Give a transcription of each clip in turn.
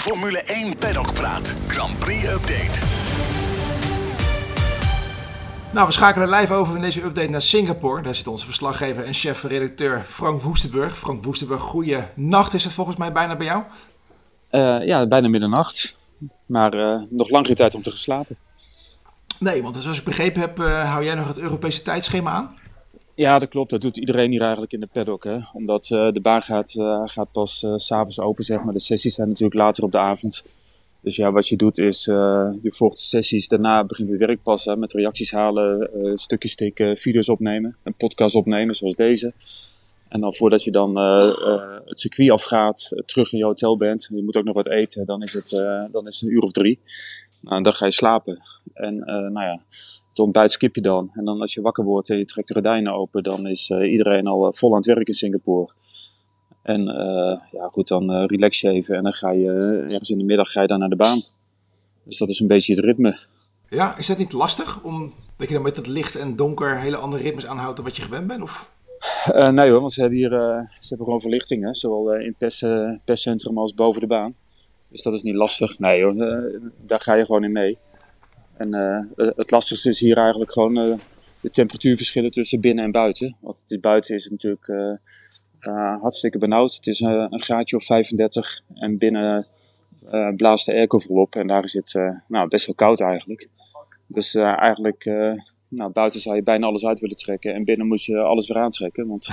Formule 1 Paddock Praat. Grand Prix Update. Nou, we schakelen live over in deze update naar Singapore. Daar zit onze verslaggever en chef-redacteur Frank Woestenburg. Frank Woestenburg, goeie nacht is het volgens mij bijna bij jou? Ja, bijna middernacht. Maar nog lang geen tijd om te gaan slapen. Nee, want zoals ik begrepen heb, hou jij nog het Europese tijdschema aan? Ja, dat klopt. Dat doet iedereen hier eigenlijk in de paddock. Hè? Omdat de baan gaat pas 's avonds open, zeg maar. De sessies zijn natuurlijk later op de avond. Dus ja, wat je doet is, je volgt de sessies. Daarna begint het werk pas met reacties halen, stukjes tikken, video's opnemen. Een podcast opnemen, zoals deze. En dan voordat je dan het circuit afgaat, terug in je hotel bent. Je moet ook nog wat eten. Dan is het een uur of 3. Nou, dan ga je slapen. En het ontbijt skip je dan. En dan als je wakker wordt en je trekt de gordijnen open, dan is iedereen al vol aan het werk in Singapore. En dan relax je even en dan ga je ergens in de middag dan naar de baan. Dus dat is een beetje het ritme. Ja, is dat niet lastig? Dat je dan met het licht en donker hele andere ritmes aanhoudt dan wat je gewend bent? Of? Nee hoor, want ze hebben gewoon verlichting. Hè? Zowel in het perscentrum als boven de baan. Dus dat is niet lastig. Nee hoor, daar ga je gewoon in mee. En het lastigste is hier eigenlijk gewoon de temperatuurverschillen tussen binnen en buiten. Want buiten is het natuurlijk hartstikke benauwd. Het is een graadje of 35 en binnen blaast de airco volop. En daar is het best wel koud eigenlijk. Dus buiten zou je bijna alles uit willen trekken. En binnen moet je alles weer aantrekken. Want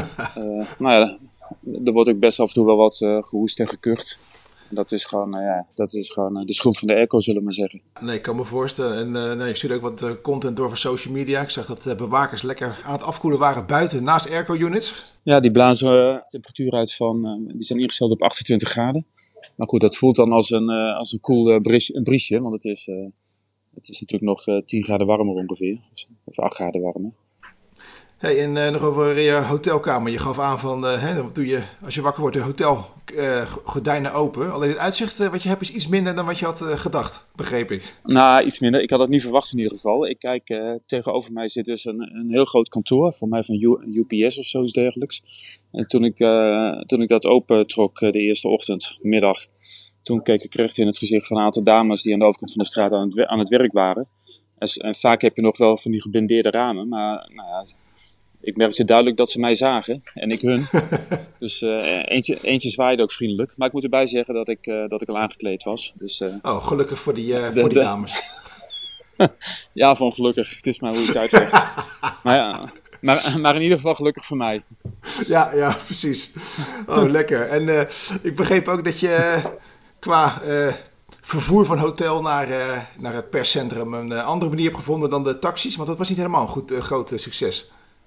er wordt ook best af en toe wel wat gehoest en gekucht. Dat is gewoon de schuld van de airco, zullen we maar zeggen. Nee, ik kan me voorstellen. En ik stuurde ook wat content door voor social media. Ik zag dat de bewakers lekker aan het afkoelen waren buiten, naast airco-units. Ja, die blazen temperatuur uit die zijn ingesteld op 28 graden. Maar goed, dat voelt dan als een koel briesje, want het is natuurlijk nog 10 graden warmer ongeveer. Of 8 graden warmer. Hey, en nog over je hotelkamer. Je gaf aan van, wat doe je als je wakker wordt, de hotelgordijnen open. Alleen het uitzicht wat je hebt is iets minder dan wat je had gedacht, begreep ik. Nou, iets minder. Ik had het niet verwacht in ieder geval. Ik kijk, tegenover mij zit dus een heel groot kantoor, voor mij van UPS of zoiets dergelijks. En toen ik dat opentrok de eerste ochtend, middag, toen keek ik recht in het gezicht van een aantal dames die aan de overkant van de straat aan het werk waren. En vaak heb je nog wel van die geblindeerde ramen, maar ik merkte duidelijk dat ze mij zagen en ik hun. Dus eentje zwaaide ook vriendelijk. Maar ik moet erbij zeggen dat ik al aangekleed was. Dus, gelukkig voor die dames. Ja, van gelukkig. Het is maar hoe je het uitlegt. maar in ieder geval gelukkig voor mij. Ja, precies. Oh, lekker. En ik begreep ook dat je qua vervoer van hotel naar het perscentrum een andere manier hebt gevonden dan de taxis. Want dat was niet helemaal een groot succes.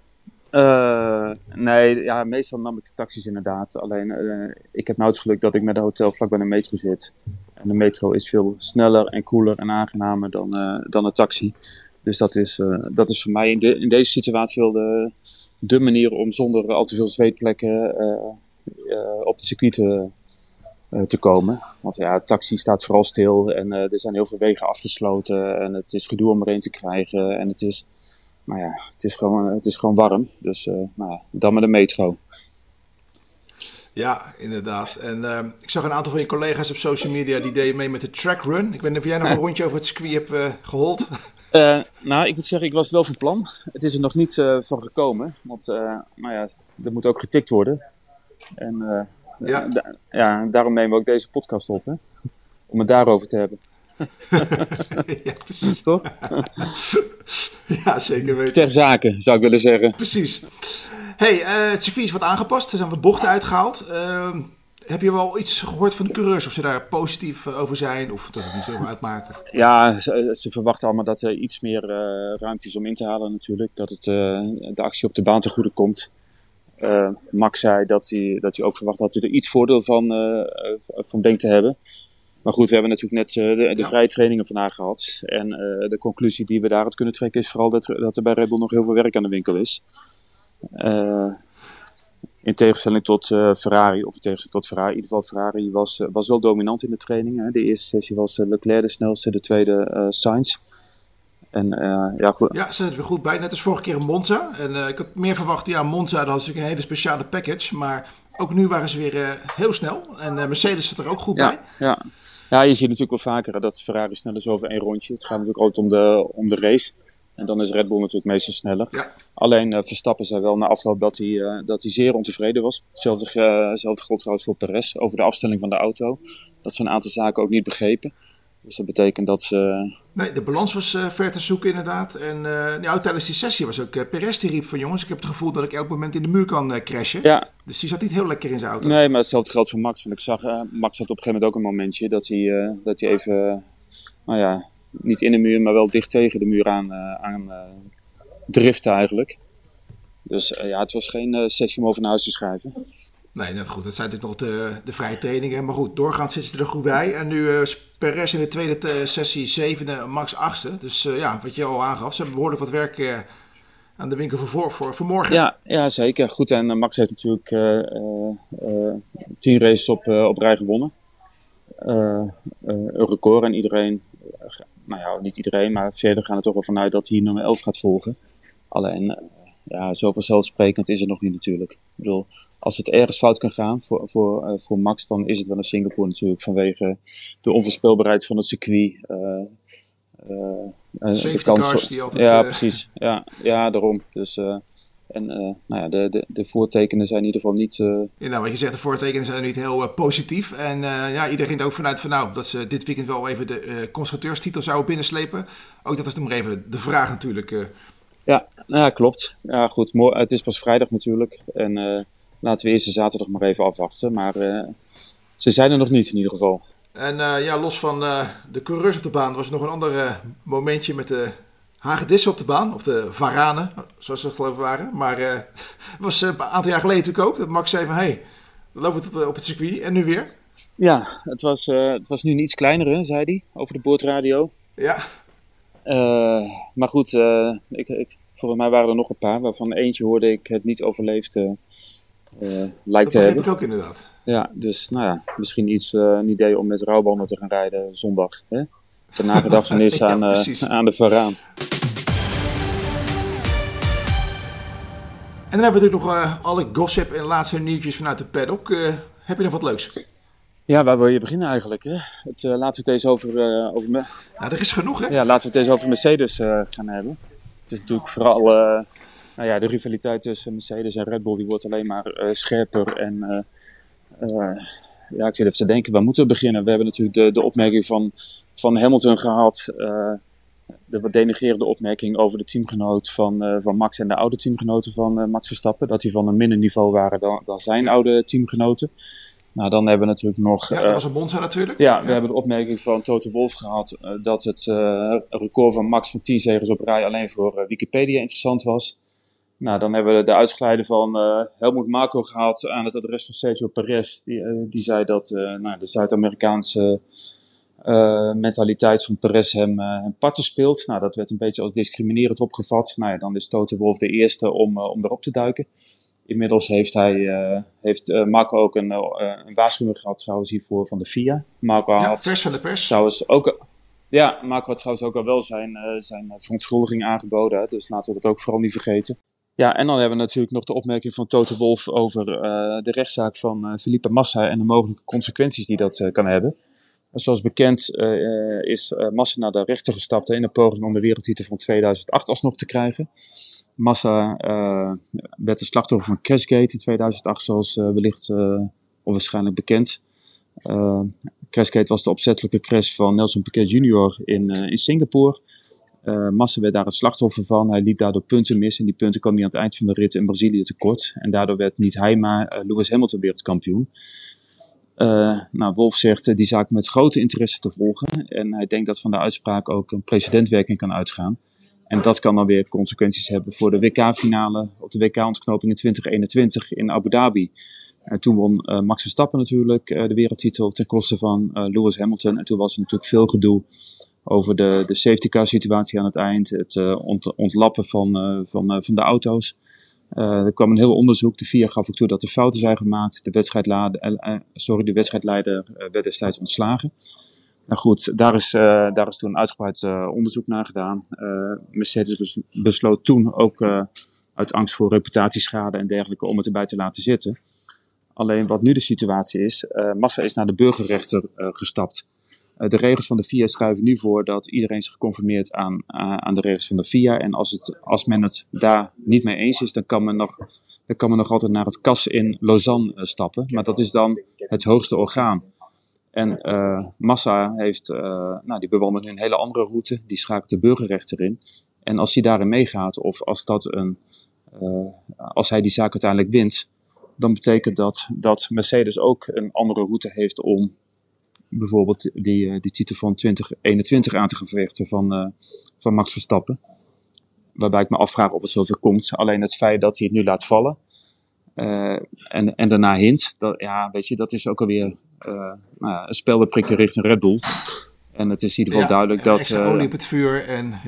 Nee, meestal nam ik de taxis inderdaad. Alleen, ik heb nou het geluk dat ik met een hotel vlak bij de metro zit. En de metro is veel sneller en koeler en aangenamer dan een taxi. Dus dat is voor mij in deze situatie wel de manier om zonder al te veel zweetplekken op het circuit te komen. Want ja, het taxi staat vooral stil en er zijn heel veel wegen afgesloten. En het is gedoe om erheen te krijgen. En het is gewoon warm. Dus dan met de metro. Ja, inderdaad. En ik zag een aantal van je collega's op social media die deden mee met de track run. Ik weet niet of jij nog een rondje over het circuit hebt gehold. Ik moet zeggen, ik was wel van plan. Het is er nog niet van gekomen. Want er moet ook getikt worden. En daarom nemen we ook deze podcast op. Hè? Om het daarover te hebben. Ja, precies. Toch? Ja, zeker weten. Ter zake, zou ik willen zeggen. Precies. Hey, het circuit is wat aangepast. Er zijn wat bochten uitgehaald. Heb je wel iets gehoord van de coureurs? Of ze daar positief over zijn? Of dat het niet zoveel uitmaakt? Ja, ze verwachten allemaal dat er iets meer ruimte is om in te halen natuurlijk. Dat het de actie op de baan ten goede komt. Max zei dat hij ook verwacht dat hij er iets voordeel van denkt te hebben. Maar goed, we hebben natuurlijk net de vrije trainingen vandaag gehad. En de conclusie die we daaruit kunnen trekken is vooral dat er bij Red Bull nog heel veel werk aan de winkel is. In tegenstelling tot Ferrari, in ieder geval Ferrari was wel dominant in de training. Hè. De eerste sessie was Leclerc de snelste, de tweede Sainz. Goed. Ja, ze zitten er goed bij. Net als vorige keer in Monza. En ik had meer verwacht, Monza, dat was natuurlijk een hele speciale package. Maar Ook nu waren ze weer heel snel. En Mercedes zit er ook goed bij. Ja, je ziet natuurlijk wel vaker dat Ferrari sneller is over 1 rondje. Het gaat natuurlijk altijd om de race. En dan is Red Bull natuurlijk meestal sneller. Ja. Alleen Verstappen zei wel na afloop dat hij zeer ontevreden was. Hetzelfde geldt trouwens voor Perez over de afstelling van de auto. Dat ze een aantal zaken ook niet begrepen. Dus dat betekent dat ze... Nee, de balans was ver te zoeken inderdaad. En tijdens die sessie was ook Perez die riep van jongens, ik heb het gevoel dat ik elk moment in de muur kan crashen. Ja. Dus die zat niet heel lekker in zijn auto. Nee, maar hetzelfde geldt voor Max. Want ik zag, Max had op een gegeven moment ook een momentje dat hij even, niet in de muur, maar wel dicht tegen de muur aan driften eigenlijk. Dus het was geen sessie om over naar huis te schrijven. Nee, net goed. Dat zijn natuurlijk nog de vrije trainingen. Maar goed, doorgaans zitten ze er goed bij. En nu Perez in de tweede sessie 7e, Max 8e. Dus wat je al aangaf, ze hebben behoorlijk wat werk aan de winkel voor morgen. Ja, zeker. Goed, en Max heeft natuurlijk 10 races op rij gewonnen. Een record. En iedereen, niet iedereen, maar velen gaan er toch wel vanuit dat hij nummer 11 gaat volgen. Alleen... zo vanzelfsprekend is het nog niet natuurlijk. Ik bedoel, als het ergens fout kan gaan voor Max, dan is het wel in Singapore natuurlijk. Vanwege de onvoorspelbaarheid van het circuit. Safety cars die altijd... Ja, precies. Ja, daarom. Dus, de voortekenen zijn in ieder geval niet... wat je zegt, de voortekenen zijn niet heel positief. En iedereen ging er ook vanuit van dat ze dit weekend wel even de constructeurstitel zouden binnenslepen. Ook dat is nog maar even de vraag natuurlijk... Ja, klopt. Ja, goed. Het is pas vrijdag natuurlijk. En laten we eerst de zaterdag maar even afwachten. Maar ze zijn er nog niet in ieder geval. En los van de coureurs op de baan was er nog een ander momentje met de hagedissen op de baan. Of de varanen, zoals ze geloof ik waren. Maar het was een aantal jaar geleden natuurlijk ook dat Max zei van... we lopen op het circuit en nu weer. Ja, het was nu een iets kleiner, hè, zei hij, over de boordradio. Ja. Maar goed, volgens mij waren er nog een paar, waarvan eentje hoorde ik het niet overleefd lijkt te hebben. Dat heb ik ook inderdaad. Ja, dus misschien een idee om met rouwbanden te gaan rijden zondag. Hè? Ter nagedachtenis aan de varaan. En dan hebben we natuurlijk nog alle gossip en laatste nieuwtjes vanuit de paddock. Heb je nog wat leuks? Ja, waar wil je beginnen eigenlijk? Hè? Laten we het eens over... er is genoeg, hè? Ja, laten we het eens over Mercedes gaan hebben. Het is natuurlijk vooral... de rivaliteit tussen Mercedes en Red Bull die wordt alleen maar scherper. En ik zit even te denken, waar moeten we beginnen? We hebben natuurlijk de opmerking van Hamilton gehad. De wat denigrerende opmerking over de teamgenoot van Max en de oude teamgenoten van Max Verstappen. Dat die van een minder niveau waren dan zijn oude teamgenoten. Nou, dan hebben we natuurlijk nog... dat was een Monza natuurlijk. Ja, we hebben de opmerking van Toto Wolff gehad dat het record van Max van 10 zegens op rij alleen voor Wikipedia interessant was. Nou, dan hebben we de uitgeleide van Helmut Marko gehad aan het adres van Sergio Perez. Die zei dat de Zuid-Amerikaanse mentaliteit van Perez hem parten speelt. Nou, dat werd een beetje als discriminerend opgevat. Nou ja, dan is Toto Wolff de eerste om erop te duiken. Inmiddels heeft Marco ook een waarschuwing gehad trouwens hiervoor van de FIA. Marco had pers van de pers. Trouwens ook, Marco had trouwens ook al wel zijn verontschuldiging aangeboden. Dus laten we dat ook vooral niet vergeten. Ja, en dan hebben we natuurlijk nog de opmerking van Toto Wolff over de rechtszaak van Felipe Massa en de mogelijke consequenties die dat kan hebben. Zoals bekend is Massa naar de rechter gestapt in een poging om de wereldtitel van 2008 alsnog te krijgen. Massa werd de slachtoffer van Crashgate in 2008, zoals wellicht onwaarschijnlijk bekend. Crashgate was de opzettelijke crash van Nelson Piquet Jr. in Singapore. Massa werd daar het slachtoffer van. Hij liep daardoor punten mis en die punten kwam hij aan het eind van de rit in Brazilië tekort. En daardoor werd niet hij, maar Lewis Hamilton wereldkampioen. Wolff zegt die zaak met grote interesse te volgen. En hij denkt dat van de uitspraak ook een precedentwerking kan uitgaan. En dat kan dan weer consequenties hebben voor de WK-finale of de WK-ontknoping in 2021 in Abu Dhabi. Toen won Max Verstappen natuurlijk de wereldtitel ten koste van Lewis Hamilton. En toen was er natuurlijk veel gedoe over de safety car situatie aan het eind. Het ontlappen van de auto's. Er kwam een heel onderzoek. De FIA gaf ook toe dat er fouten zijn gemaakt. De wedstrijdleider werd destijds ontslagen. Nou goed, daar is toen een uitgebreid onderzoek naar gedaan. Mercedes besloot toen ook uit angst voor reputatieschade en dergelijke om het erbij te laten zitten. Alleen wat nu de situatie is, Massa is naar de burgerrechter gestapt. De regels van de FIA schrijven nu voor dat iedereen zich conformeert aan de regels van de FIA. En als men het daar niet mee eens is, dan kan men nog altijd naar het CAS in Lausanne stappen. Maar dat is dan het hoogste orgaan. En Massa die bewandelt nu een hele andere route. Die schakelt de burgerrechter in. En als hij daarin meegaat, of als hij die zaak uiteindelijk wint, dan betekent dat Mercedes ook een andere route heeft om bijvoorbeeld die titel van 2021 aan te gaan vechten van Max Verstappen. Waarbij ik me afvraag of het zover komt. Alleen het feit dat hij het nu laat vallen en daarna hint, dat is ook alweer een speldenprikje richting Red Bull. En het is in ieder geval duidelijk dat... extra olie op het vuur en...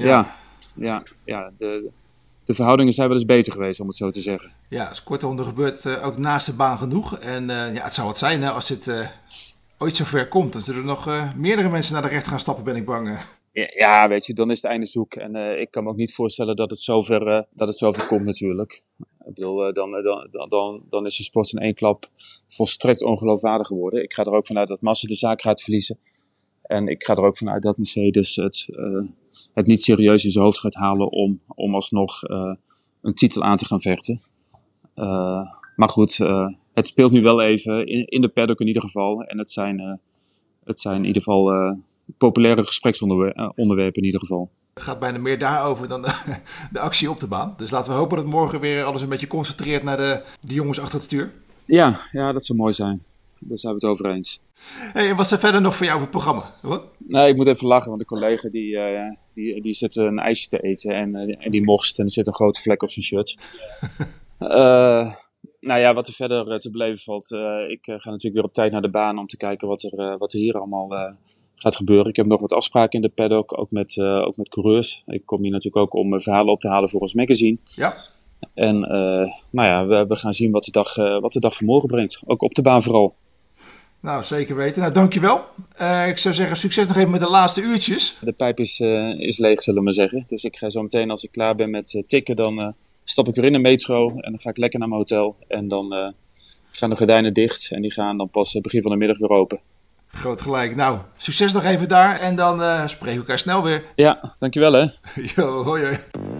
De verhoudingen zijn wel eens beter geweest, om het zo te zeggen. Ja, dus kortom, er gebeurt ook naast de baan genoeg. En het zou wat zijn, hè, als dit ooit zover komt. Dan zullen er nog meerdere mensen naar de rechter gaan stappen, ben ik bang. Ja, weet je, dan is het einde zoek. En ik kan me ook niet voorstellen dat het zover komt natuurlijk. Ik bedoel, dan is de sport in één klap volstrekt ongeloofwaardig geworden. Ik ga er ook vanuit dat Massa de zaak gaat verliezen. En ik ga er ook vanuit dat Mercedes het niet serieus in zijn hoofd gaat halen om alsnog een titel aan te gaan vechten. Maar goed, het speelt nu wel even in de paddock in ieder geval. En het zijn in ieder geval populaire gespreksonderwerpen in ieder geval. Het gaat bijna meer daarover dan de actie op de baan. Dus laten we hopen dat morgen weer alles een beetje concentreert naar de jongens achter het stuur. Ja, dat zou mooi zijn. Daar zijn we het over eens. Hey, en wat is er verder nog voor jou op het programma? Wat? Nee, ik moet even lachen, want de collega die zit een ijsje te eten en die morst en er zit een grote vlek op zijn shirt. Wat er verder te beleven valt. Ik ga natuurlijk weer op tijd naar de baan om te kijken wat er hier allemaal gaat gebeuren. Ik heb nog wat afspraken in de paddock, ook met coureurs. Ik kom hier natuurlijk ook om verhalen op te halen voor ons magazine. Ja. En we gaan zien wat de dag van morgen brengt. Ook op de baan vooral. Nou, zeker weten. Nou, dankjewel. Ik zou zeggen, succes nog even met de laatste uurtjes. De pijp is leeg, zullen we maar zeggen. Dus ik ga zo meteen, als ik klaar ben met tikken, dan stap ik weer in de metro. En dan ga ik lekker naar mijn hotel. En dan gaan de gordijnen dicht. En die gaan dan pas begin van de middag weer open. Groot gelijk. Nou, succes nog even daar. En dan spreken we elkaar snel weer. Ja, dankjewel hè. Jo, hoi hoi.